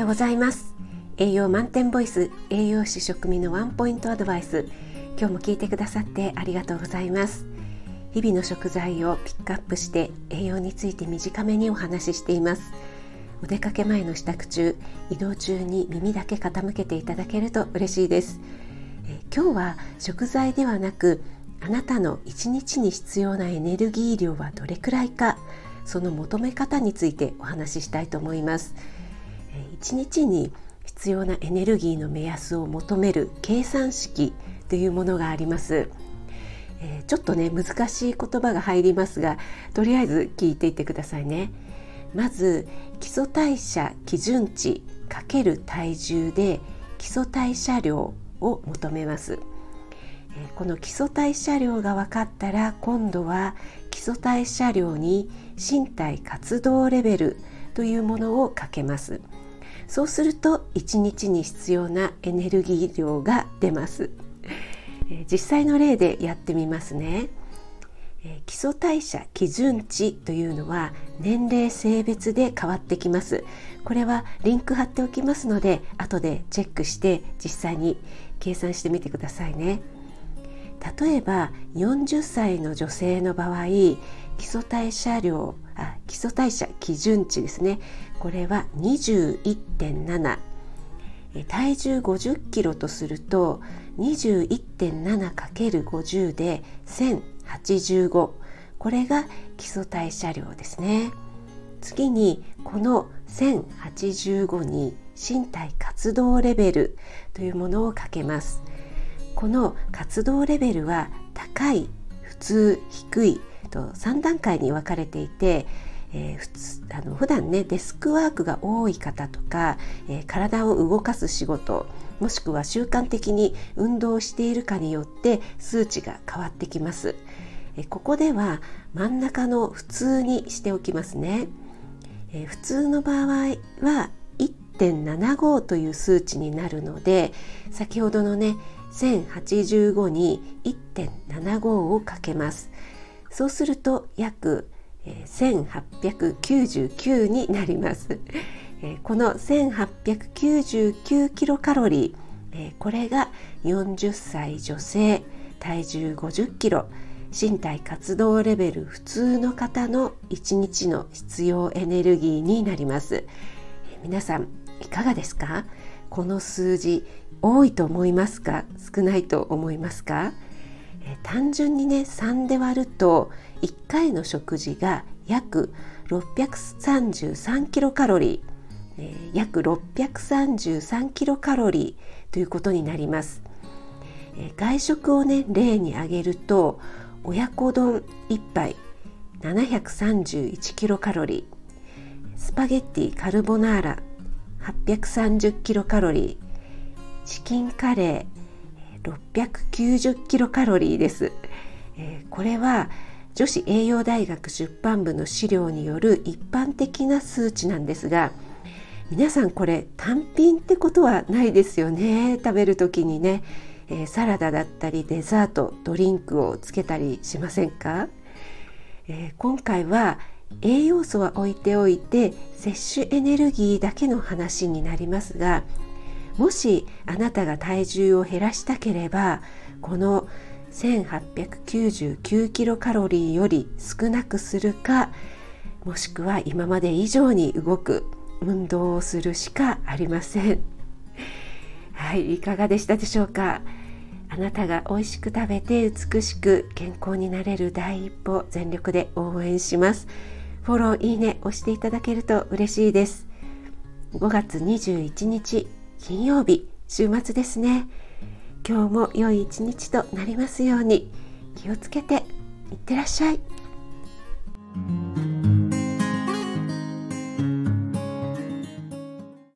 ございます。栄養満点ボイス、栄養士食味のワンポイントアドバイス。今日も聞いてくださってありがとうございます。日々の食材をピックアップして栄養について短めにお話ししています。お出かけ前の支度中、移動中に耳だけ傾けていただけると嬉しいです。今日は食材ではなく、あなたの1日に必要なエネルギー量はどれくらいか、その求め方についてお話ししたいと思います。1日に必要なエネルギーの目安を求める計算式というものがあります。ちょっとね難しい言葉が入りますが、とりあえず聞いていってくださいね。まず基礎代謝基準値×体重で基礎代謝量を求めます。この基礎代謝量が分かったら、今度は基礎代謝量に身体活動レベルというものをかけます。そうすると1日に必要なエネルギー量が出ます。実際の例でやってみますね。基礎代謝基準値というのは年齢性別で変わってきます。これはリンク貼っておきますので、後でチェックして実際に計算してみてくださいね。例えば40歳の女性の場合、基礎代謝基準値ですね。これは 21.7、体重50キロとすると 21.7×50 で1085、これが基礎代謝量ですね。次にこの1085に身体活動レベルというものをかけます。この活動レベルは高い、普通、低いと3段階に分かれていて、普段ねデスクワークが多い方とか、体を動かす仕事、もしくは習慣的に運動をしているかによって数値が変わってきます。ここでは真ん中の普通にしておきますね。普通の場合は 1.75 という数値になるので、先ほどのね1085に 1.75 をかけます。そうすると約1899になります。この1899キロカロリー、これが40歳女性、体重50キロ、身体活動レベル普通の方の1日の必要エネルギーになります。皆さんいかがですか？この数字多いと思いますか？少ないと思いますか？単純にね3で割ると1回の食事が約633キロカロリー、約633キロカロリーということになります。外食をね例に挙げると、親子丼1杯731キロカロリー、スパゲッティカルボナーラ830キロカロリー、チキンカレー690キロカロリーです。これは女子栄養大学出版部の資料による一般的な数値なんですが、皆さんこれ単品ってことはないですよね。食べるときにね、サラダだったりデザート、ドリンクをつけたりしませんか？今回は栄養素は置いておいて摂取エネルギーだけの話になりますが、もしあなたが体重を減らしたければ、この1899キロカロリーより少なくするか、もしくは今まで以上に動く運動をするしかありません。はい、いかがでしたでしょうか？あなたが美味しく食べて美しく健康になれる第一歩、全力で応援します。フォロー、いいね押していただけると嬉しいです。5月21日金曜日、週末ですね。今日も良い一日となりますように。気をつけていってらっしゃい。